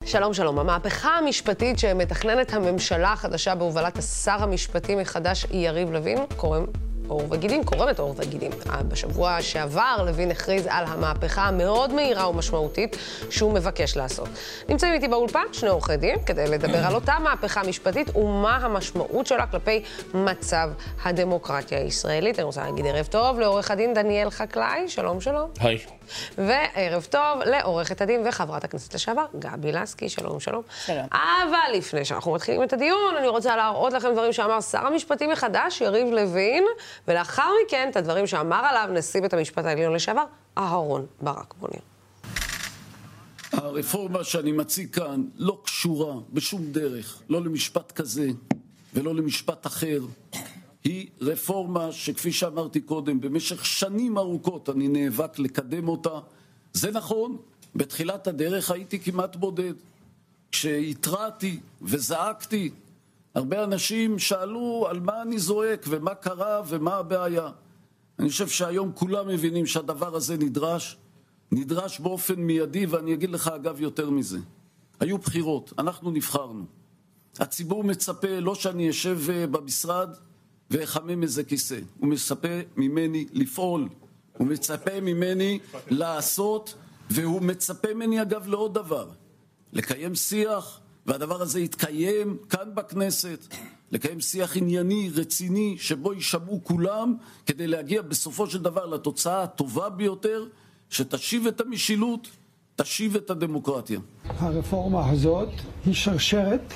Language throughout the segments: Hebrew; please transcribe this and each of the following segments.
שלום, שלום. המהפכה המשפטית שמתכננת הממשלה החדשה בהובלת השר המשפטי מחדש יריב לוין קורמת עור וגידים. בשבוע שעבר לוין הכריז על המהפכה המאוד מהירה ומשמעותית שהוא מבקש לעשות. נמצאים איתי באולפן שני עורכי דין כדי לדבר על אותה מהפכה משפטית ומה המשמעות שלה כלפי מצב הדמוקרטיה הישראלית. אני רוצה להגיד ערב טוב לעורך הדין דניאל חקלאי, שלום שלום. היי. וערב טוב לעורכת הדין וחברת הכנסת לשעבר גבי לסקי, שלום שלום. שלום. אבל לפני שאנחנו מתחילים את הדיון, אני רוצה להראות לכם דברים שאמר שר המשפטים החדש יריב לוין, ולאחר מכן את הדברים שאמר עליו נשיא בית המשפט העליון לשעבר אהרון ברק. בוא נראה. הרפורמה שאני מציג כאן לא קשורה בשום דרך, לא למשפט כזה ולא למשפט אחר. היא רפורמה שכפי שאמרתי קודם, במשך שנים ארוכות אני נאבק לקדם אותה. זה נכון, בתחילת הדרך הייתי כמעט בודד. כשהתרעתי וזעקתי, הרבה אנשים שאלו על מה אני זועק ומה קרה ומה הבעיה. אני חושב שהיום כולם מבינים שהדבר הזה נדרש באופן מיידי, ואני אגיד לך אגב יותר מזה. היו בחירות, אנחנו נבחרנו. הציבור מצפה לא שאני אשב במשרד ואחמם איזה כיסא. הוא מצפה ממני לפעול, הוא מצפה ממני לעשות, והוא מצפה ממני אגב לעוד דבר, לקיים שיח, והדבר הזה יתקיים כאן בכנסת, לקיים שיח ענייני, רציני, שבו יישמעו כולם, כדי להגיע בסופו של דבר לתוצאה הטובה ביותר, שתשיב את המשילות, תשיב את הדמוקרטיה. הרפורמה הזאת היא שרשרת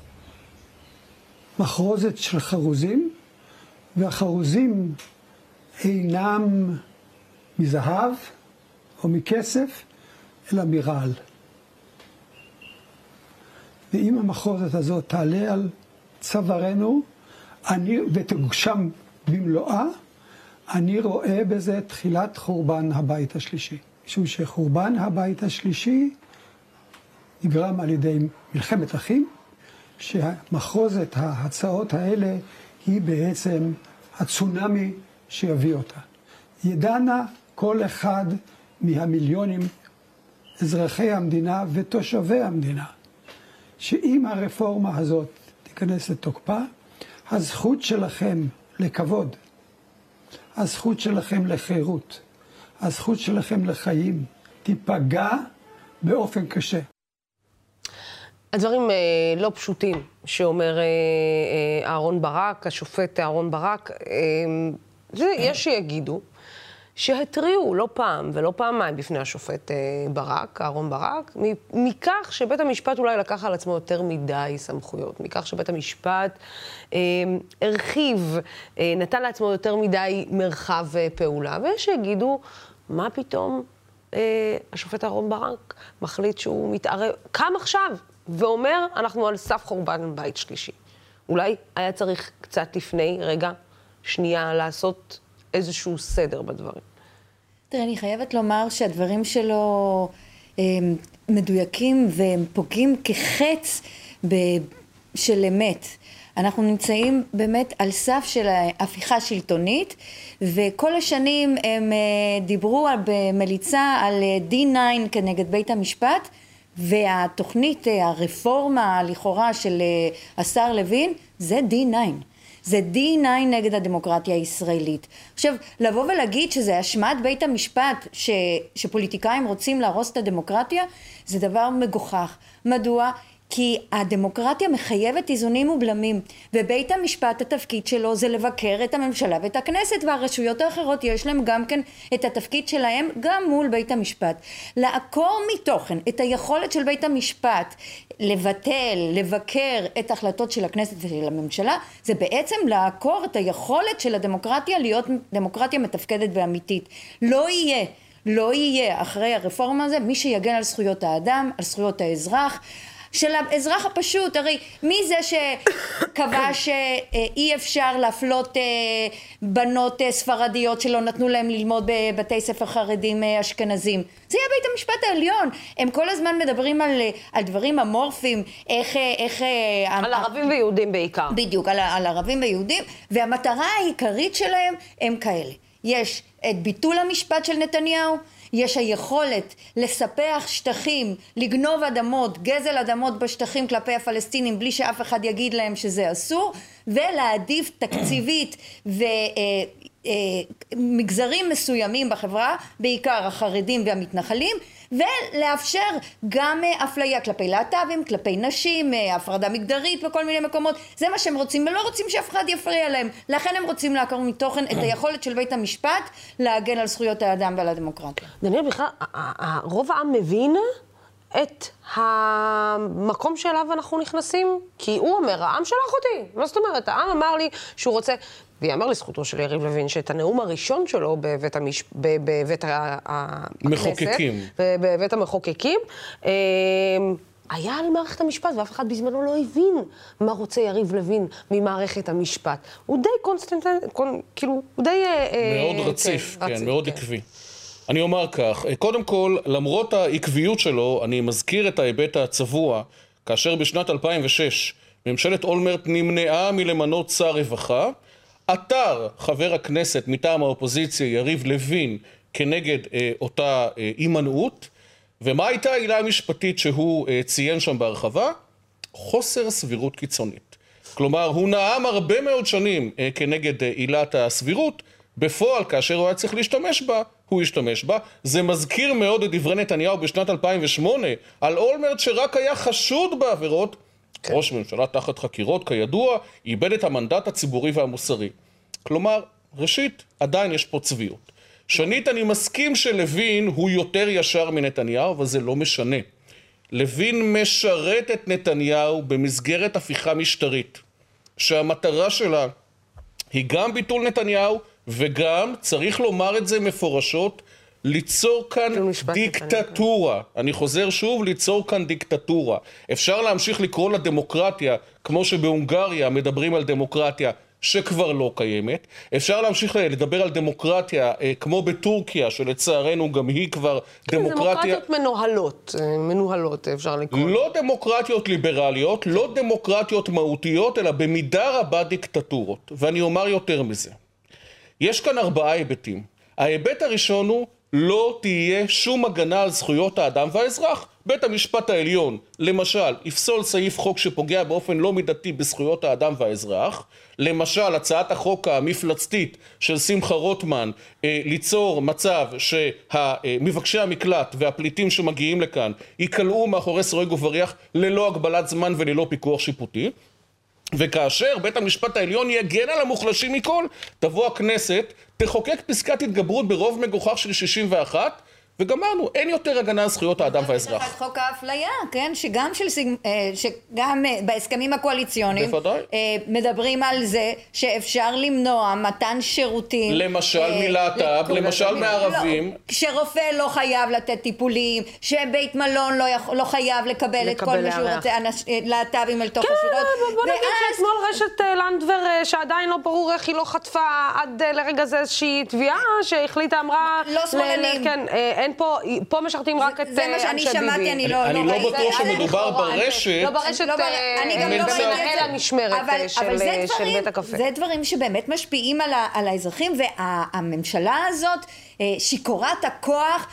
מחרוזת של חרוזים, והחרוזים אינם מזהב או מכסף, אלא מרעל. ואם המחרוזת הזאת תעלה על צווארנו ותגושם במלואה, אני רואה בזה תחילת חורבן הבית השלישי. משום שחורבן הבית השלישי נגרם על ידי מלחמת אחים, שהמחרוזת ההצעות האלה היא בעצם הצונמי שיביא אותה. ידענה כל אחד מהמיליונים אזרחי המדינה ותושבי המדינה, שאם הרפורמה הזאת תיכנס לתוקפה, הזכות שלכם לכבוד, הזכות שלכם לחירות, הזכות שלכם לחיים, תיפגע באופן קשה. הדברים לא פשוטים שאומר אהרון ברק, השופט אהרון ברק. יש שיגידו שהתריעו לא פעם ולא פעמיים בפני השופט ברק, אהרון ברק, מכך שבית המשפט אולי לקח על עצמו יותר מדי סמכויות, מכך שבית המשפט הרחיב, נתן לעצמו יותר מדי מרחב פעולה, ויש שיגידו, מה פתאום השופט אהרון ברק מחליט שהוא מתערב, קם עכשיו ואומר, אנחנו על סף חורבן בית שלישי. אולי היה צריך קצת לפני, רגע, שנייה, לעשות איזשהו סדר בדברים. תראה, אני חייבת לומר שהדברים שלו מדויקים והם פוגעים כחץ של אמת. אנחנו נמצאים באמת על סף של הפיכה שלטונית, וכל השנים הם דיברו במליצה על D9 כנגד בית המשפט, והתוכנית, הרפורמה לכאורה של השר לוין, זה D9. זה D9 נגד הדמוקרטיה הישראלית. עכשיו, לבוא ולהגיד שזה אשמת בית המשפט שפוליטיקאים רוצים להרוס את הדמוקרטיה, זה דבר מגוחך. מדוע? כי הדמוקרטיה מחייבת איזונים ובלמים, ובית המשפט התפקיד שלו זה לבקר את הממשלה ואת הכנסת, והרשויות האחרות יש להם גם כן את התפקיד שלהם גם מול בית המשפט. לעקור מתוכן את היכולת של בית המשפט לבטל, לבקר את ההחלטות של הכנסת ושל הממשלה, זה בעצם לעקור את היכולת של הדמוקרטיה להיות דמוקרטיה מתפקדת ואמיתית. לא יהיה אחרי הרפורמה הזה מי שיגן על זכויות האדם, על זכויות האזרח, של האזרח הפשוט. הרי מי זה שקבע שאי אפשר להפלות בנות ספרדיות שלא נתנו להם ללמוד בבתי ספר חרדים אשכנזים? זה היה בית המשפט העליון. הם כל הזמן מדברים על דברים אמורפיים, איך על ערבים ויהודים בעיקר. בדיוק, על ערבים ויהודים, והמטרה העיקרית שלהם הם כאלה. יש את ביטול המשפט של נתניהו, יש היכולת לספח שטחים, לגנוב אדמות, גזל אדמות בשטחים כלפי הפלסטינים בלי שאף אחד יגיד להם שזה אסור, ולהעדיף תקציבית ומגזרים מסוימים בחברה, בעיקר החרדים והמתנחלים, ולאפשר גם אפליה כלפי להט"בים, כלפי נשים, הפרדה מגדרית בכל מיני מקומות. זה מה שהם רוצים, ולא רוצים שאף אחד יפריע להם. לכן הם רוצים לעקור מתוכן את היכולת של בית המשפט להגן על זכויות האדם ועל הדמוקרטיה. דניאל, בכלל, רוב העם מבין את המקום שאליו אנחנו נכנסים, כי הוא אומר, העם שלח אותי. מה זאת אומרת? העם אמר לי שהוא רוצה, ויאמר לזכותו של יריב לוין, שאת הנאום הראשון שלו בבית מחוקקים. בבית המחוקקים, היה על מערכת המשפט, ואף אחד בזמנו לא הבין מה רוצה יריב לוין ממערכת המשפט. הוא די כאילו, הוא די... מאוד רציף, כן, מאוד עקבי. אני אומר כך, קודם כל, למרות העקביות שלו, אני מזכיר את ההיבט הצבוע, כאשר בשנת 2006 ממשלת אולמרט נמנעה מלמנות שר רווחה, עתר חבר הכנסת מטעם האופוזיציה יריב לוין כנגד אותה הימנעות, ומה הייתה העילה המשפטית שהוא ציין שם בהרחבה? חוסר סבירות קיצונית. כלומר, הוא נאם הרבה מאוד שנים כנגד עילת הסבירות, בפועל, כאשר הוא היה צריך להשתמש בה, הוא השתמש בה. זה מזכיר מאוד את דברי נתניהו בשנת 2008, על אולמרט שרק היה חשוד בעבירות. כן. ראש ממשלה תחת חקירות, כידוע, איבד את המנדט הציבורי והמוסרי. כלומר, ראשית, עדיין יש פה צביעות. שנית, אני מסכים שלוין הוא יותר ישר מנתניהו, אבל זה לא משנה. לוין משרת את נתניהו במסגרת הפיכה משטרית, שהמטרה שלה היא גם ביטול נתניהו, וגם, צריך לומר את זה מפורשות, ליצור כאן דיקטטורה. אני חוזר שוב, ליצור כאן דיקטטורה. אפשר להמשיך לקרוא לדמוקרטיה, כמו שבהונגריה מדברים על דמוקרטיה שכבר לא קיימת. אפשר להמשיך לדבר על דמוקרטיה כמו בטורקיה, שלצערנו גם היא כבר דמוקרטיה... דמוקרטיות מנוהלות, אפשר לקרוא. לא דמוקרטיות ליברליות, לא דמוקרטיות מהותיות, אלא במידה רבה דיקטטורות. ואני אומר יותר מזה. יש כאן 4 היבטים. ההיבט הראשון הוא, לא תהיה שום הגנה על זכויות האדם והאזרח. בית המשפט העליון, למשל, יפסול סעיף חוק שפוגע באופן לא מידתי בזכויות האדם והאזרח. למשל, הצעת החוק המפלצתית של שמחה רוטמן, ליצור מצב שהמבקשי המקלט והפליטים שמגיעים לכאן יקלעו מאחורי סורג ובריח ללא הגבלת זמן וללא פיקוח שיפוטי. וכאשר בית המשפט העליון יגן על המוחלשים מכל, תבוא הכנסת, תחוקק פסקת התגברות ברוב מגוחך של 61, וגמרנו, אין יותר הגנה על זכויות האדם והאזרח. יש לך את חוק האפליה, כן? שגם בהסכמים הקואליציוניים מדברים על זה שאפשר למנוע מתן שירותים. למשל מלהט"ב, למשל מערבים. שרופא לא חייב לתת טיפולים, שבית מלון לא חייב לקבל את כל מה שהוא רוצה, להט"בים אל תוך השורות. כן, בוא נגיד שאתמול רשת לנדבר, שעדיין לא ברור איך היא לא חטפה עד לרגע זה איזושהי תביעה, שהחליטה, אמרה... לא שמאלנים. כן, אין פה משרתים רק את אנשי ביבי. זה מה שאני שמעתי, אני לא בטוח שמדובר ברשת. לא ברשת מנהל המשמרת של בית הקפה. זה דברים שבאמת משפיעים על האזרחים, והממשלה הזאת, שיכורת הכוח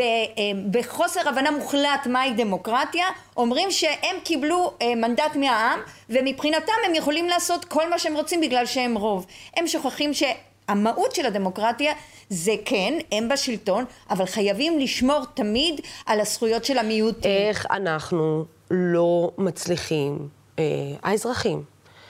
ובחוסר הבנה מוחלט מהי דמוקרטיה, אומרים שהם קיבלו מנדט מהעם, ומבחינתם הם יכולים לעשות כל מה שהם רוצים בגלל שהם רוב. הם שוכחים שהמהות של הדמוקרטיה זה כן, הם בשלטון, אבל חייבים לשמור תמיד על הזכויות של המיעוט. איך אנחנו לא מצליחים, האזרחים,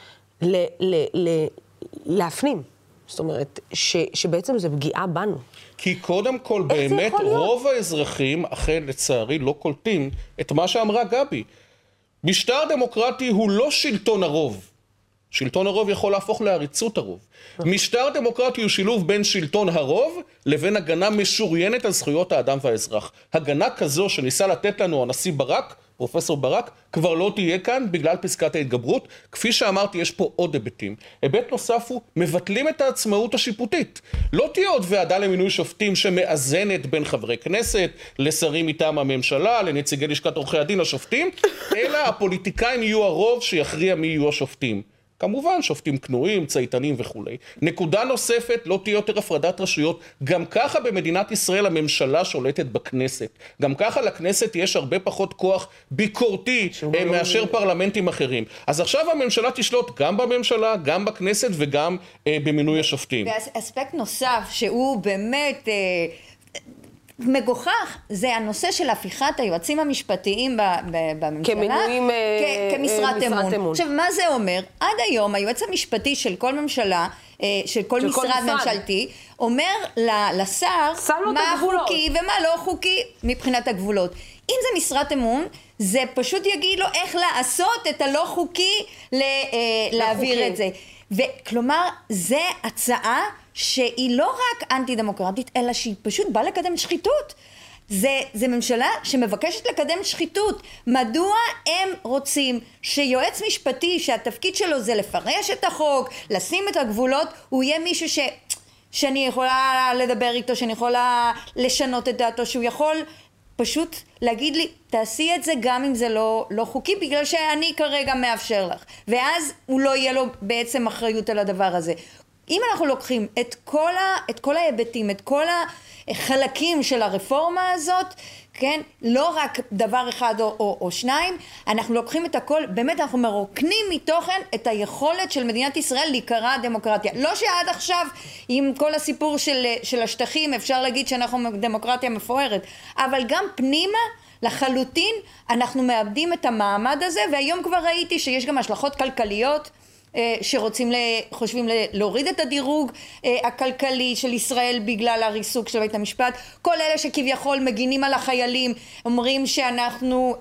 להפנים? זאת אומרת, שבעצם זה פגיעה בנו. כי קודם כל באמת רוב האזרחים, אכן לצערי, לא קולטים את מה שאמרה גבי. משטר דמוקרטי הוא לא שלטון הרוב. שלטון הרוב יכול להפוך לעריצות הרוב. משטר דמוקרטי הוא שילוב בין שלטון הרוב לבין הגנה משוריינת על זכויות האדם והאזרח. הגנה כזו שניסה לתת לנו הנשיא ברק, פרופסור ברק, כבר לא תהיה כאן בגלל פסקת ההתגברות. כפי שאמרתי, יש פה עוד היבטים. היבט נוסף הוא, מבטלים את העצמאות השיפוטית. לא תהיה עוד ועדה למינוי שופטים שמאזנת בין חברי כנסת, לשרים מטעם הממשלה, לנציגי לשכת עורכי הדין, לשופטים, אלא הפוליטיקאים יהיו הרוב שיכריע מי יהיו השופטים. כמובן, שופטים כנועים, צייתנים וכו'. נקודה נוספת, לא תהיה יותר הפרדת רשויות. גם ככה במדינת ישראל הממשלה שולטת בכנסת. גם ככה לכנסת יש הרבה פחות כוח ביקורתי מאשר פרלמנטים אחרים. אז עכשיו הממשלה תשלוט גם בממשלה, גם בכנסת וגם במינוי השופטים. ואספקט נוסף שהוא באמת מגוחך, זה הנושא של הפיכת היועצים המשפטיים בממשלה כמינויים כמשרת אמון. עכשיו, מה זה אומר? עד היום היועץ המשפטי של כל ממשלה, של כל משרד ממשלתי, אומר לשר מה חוקי ומה לא חוקי מבחינת הגבולות. אם זה משרת אמון, זה פשוט יגיד לו איך לעשות את הלא חוקי להעביר את זה. וכלומר, זה הצעה שהיא לא רק אנטי דמוקרטית, אלא שהיא פשוט באה לקדם שחיתות. זה ממשלה שמבקשת לקדם שחיתות. מדוע הם רוצים שיועץ משפטי שהתפקיד שלו זה לפרש את החוק, לשים את הגבולות, הוא יהיה מישהו שאני יכולה לדבר איתו, שאני יכולה לשנות את דעתו, שהוא יכול פשוט להגיד לי, תעשי את זה גם אם זה לא חוקי, בגלל שאני כרגע מאפשר לך. ואז הוא לא יהיה לו בעצם אחריות על הדבר הזה. אם אנחנו לוקחים את כל ההיבטים, את כל החלקים של הרפורמה הזאת, כן, לא רק דבר אחד או שניים, אנחנו לוקחים את הכל, באמת אנחנו מרוקנים מתוכן את היכולת של מדינת ישראל להיקרא דמוקרטיה. לא שעד עכשיו, עם כל הסיפור של השטחים, אפשר להגיד שאנחנו דמוקרטיה מפוארת, אבל גם פנימה, לחלוטין, אנחנו מאבדים את המעמד הזה, והיום כבר ראיתי שיש גם השלכות כלכליות, חושבים להוריד את הדירוג הכלכלי של ישראל בגלל הריסוק של בית המשפט. כל אלה שכביכול מגינים על החיילים אומרים שאנחנו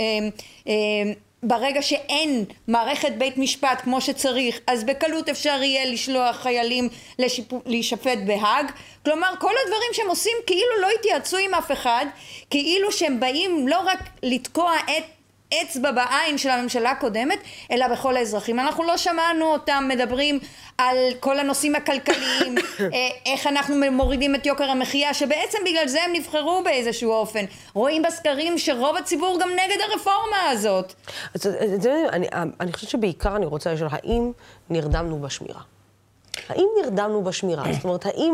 ברגע שאין מערכת בית משפט כמו שצריך, אז בקלות אפשר יהיה לשלוח חיילים להישפט בהאג. כלומר, כל הדברים שהם עושים כאילו לא התייעצו עם אף אחד, כאילו שהם באים לא רק לתקוע את אצבע בעין של הממשלה הקודמת, אלא בכל האזרחים. אנחנו לא שמענו אותם מדברים על כל הנושאים הכלכליים, איך אנחנו מורידים את יוקר המחיה, שבעצם בגלל זה הם נבחרו באיזשהו אופן. רואים בסקרים שרוב הציבור גם נגד הרפורמה הזאת. אני חושבת שבעיקר אני רוצה לשאול, האם נרדמנו בשמירה? האם נרדמנו בשמירה? זאת אומרת, האם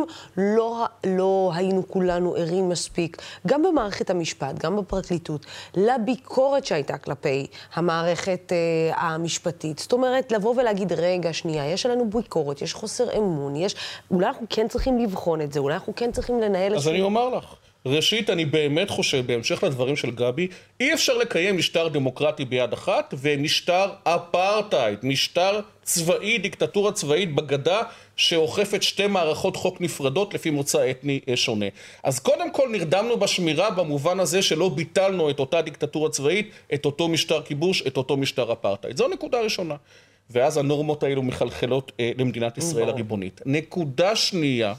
לא היינו כולנו ערים מספיק, גם במערכת המשפט, גם בפרקליטות, לביקורת שהייתה כלפי המערכת המשפטית? זאת אומרת, לבוא ולהגיד, רגע, שנייה, יש עלינו ביקורת, יש חוסר אמון, אולי אנחנו כן צריכים לבחון את זה, אולי אנחנו כן צריכים לנהל... אז אני אומר לך, ראשית, אני באמת חושב, בהמשך לדברים של גבי, אי אפשר לקיים משטר דמוקרטי ביד אחת, ומשטר אפרטהייד, משטר צבאי, דיקטטורה צבאית בגדה, שאוכפת שתי מערכות חוק נפרדות לפי מוצא אתני שונה. אז קודם כל נרדמנו בשמירה במובן הזה שלא ביטלנו את אותה דיקטטורה צבאית, את אותו משטר כיבוש, את אותו משטר אפרטהייד. זו נקודה ראשונה. ואז הנורמות האלו מחלחלות למדינת ישראל הריבונית. נקודה שנייה,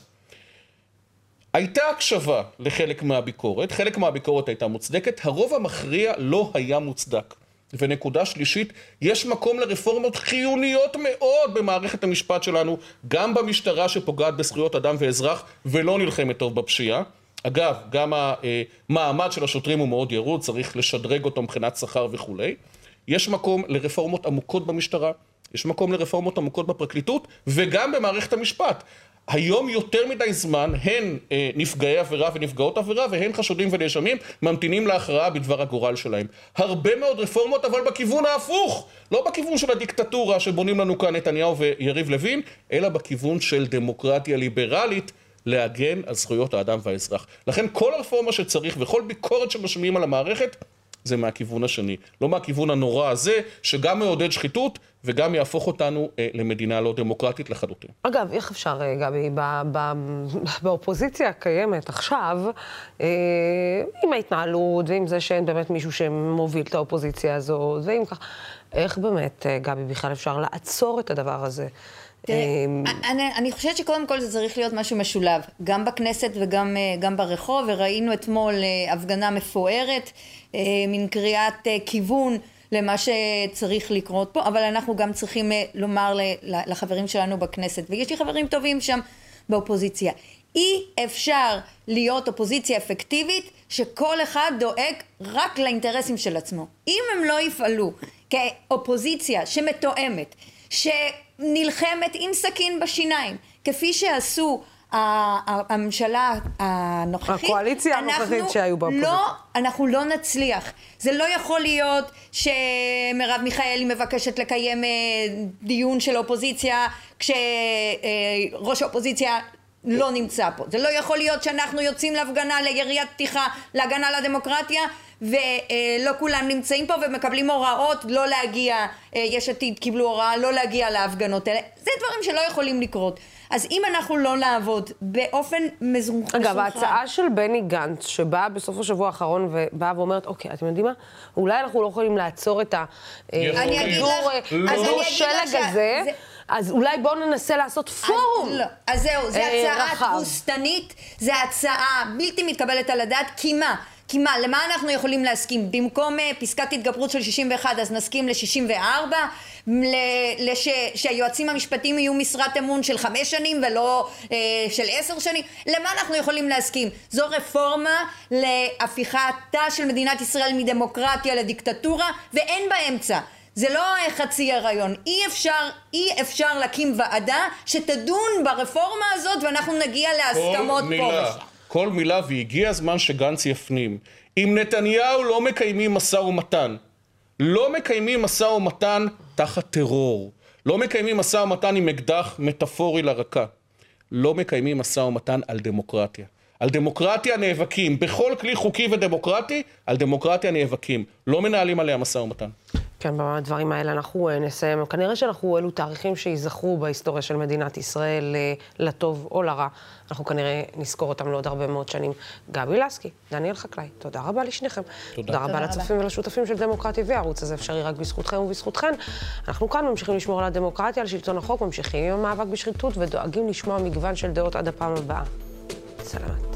הייתה הקשבה לחלק מהביקורת, חלק מהביקורת הייתה מוצדקת, הרוב המכריע לא היה מוצדק. ונקודה שלישית, יש מקום לרפורמות חיוניות מאוד במערכת המשפט שלנו, גם במשטרה שפוגעת בזכויות אדם ואזרח ולא נלחמת טוב בפשיעה. אגב, גם המעמד של השוטרים הוא מאוד ירוד, צריך לשדרג אותו מבחינת שכר וכו'. יש מקום לרפורמות עמוקות במשטרה, יש מקום לרפורמות עמוקות בפרקליטות וגם במערכת המשפט. היום יותר מדי זמן הן נפגעי עבירה ונפגעות עבירה והן חשודים ונאשמים ממתינים להכרעה בדבר הגורל שלהם. הרבה מאוד רפורמות אבל בכיוון ההפוך, לא בכיוון של הדיקטטורה שבונים לנו כאן נתניהו ויריב לוין, אלא בכיוון של דמוקרטיה ליברלית להגן על זכויות האדם והאזרח. לכן כל הרפורמה שצריך וכל ביקורת שמשמיעים על המערכת זה מהכיוון השני, לא מהכיוון הנורא הזה שגם מעודד שחיתות וגם יהפוך אותנו למדינה לא דמוקרטית לחלוטין. אגב, איך אפשר, גבי, באופוזיציה הקיימת עכשיו, עם ההתנהלות ועם זה שאין באמת מישהו שמוביל את האופוזיציה הזו, ועם כך, איך באמת, גבי, בכלל אפשר לעצור את הדבר הזה? אני חושבת שקודם כל זה צריך להיות משהו משולב, גם בכנסת וגם ברחוב, וראינו אתמול הפגנה מפוארת, מין קריאת כיוון למה שצריך לקרות פה, אבל אנחנו גם צריכים לומר לחברים שלנו בכנסת, ויש לי חברים טובים שם באופוזיציה. אי אפשר להיות אופוזיציה אפקטיבית שכל אחד דואג רק לאינטרסים של עצמו. אם הם לא יפעלו כאופוזיציה שמתואמת, שנלחמת עם סכין בשיניים, כפי שעשו הממשלה הנוכחית, הקואליציה הנוכחית שהיו באופוזיציה. לא, אנחנו לא נצליח. זה לא יכול להיות שמרב מיכאלי מבקשת לקיים דיון של אופוזיציה כשראש האופוזיציה לא נמצא פה. זה לא יכול להיות שאנחנו יוצאים להפגנה, ליריית פתיחה, להגנה לדמוקרטיה, ולא כולם נמצאים פה ומקבלים הוראות לא להגיע, יש עתיד קיבלו הוראה לא להגיע להפגנות האלה. זה דברים שלא יכולים לקרות. אז אם אנחנו לא נעבוד באופן מסונכרן... אגב, ההצעה של בני גנץ, שבאה בסוף השבוע האחרון ובאה ואומרת, אוקיי, אתם יודעים מה? אולי אנחנו לא יכולים לעצור את הכדור שלג הזה, אז אולי בואו ננסה לעשות פורום. אז זהו, זו הצעה תבוסתנית, זו הצעה בלתי מתקבלת על הדעת, כי מה, למה אנחנו יכולים להסכים? במקום פסקת התגברות של 61, אז נסכים ל-64, שהיועצים המשפטיים יהיו משרת אמון של 5 שנים ולא של 10 שנים. למה אנחנו יכולים להסכים? זו רפורמה להפיכתה של מדינת ישראל מדמוקרטיה לדיקטטורה, ואין באמצע. זה לא חצי הרעיון. אי אפשר להקים ועדה שתדון ברפורמה הזאת, ואנחנו נגיע להסכמות פה. כל מילה, והגיע הזמן שגנץ יפנים. אם נתניהו לא מקיימים משא ומתן, לא מקיימים משא ומתן תחת טרור, לא מקיימים משא ומתן עם אקדח מטאפורי לרקה, לא מקיימים משא ומתן על דמוקרטיה. על דמוקרטיה נאבקים, בכל כלי חוקי ודמוקרטי, על דמוקרטיה נאבקים, לא מנהלים עליה משא ומתן. כן, בדברים האלה אנחנו נסיים. כנראה שאנחנו אלו תאריכים שיזכרו בהיסטוריה של מדינת ישראל לטוב או לרע. אנחנו כנראה נזכור אותם לעוד הרבה מאוד שנים. גבי לסקי, דניאל חקלאי, תודה רבה לשניכם. תודה רבה לצופים ולשותפים של דמוקרטי והערוץ הזה אפשרי רק בזכותכם ובזכותכן. אנחנו כאן ממשיכים לשמור על הדמוקרטיה, על שלטון החוק, ממשיכים עם המאבק בשחיתות ודואגים לשמוע מגוון של דעות עד הפעם הבאה. סלמת.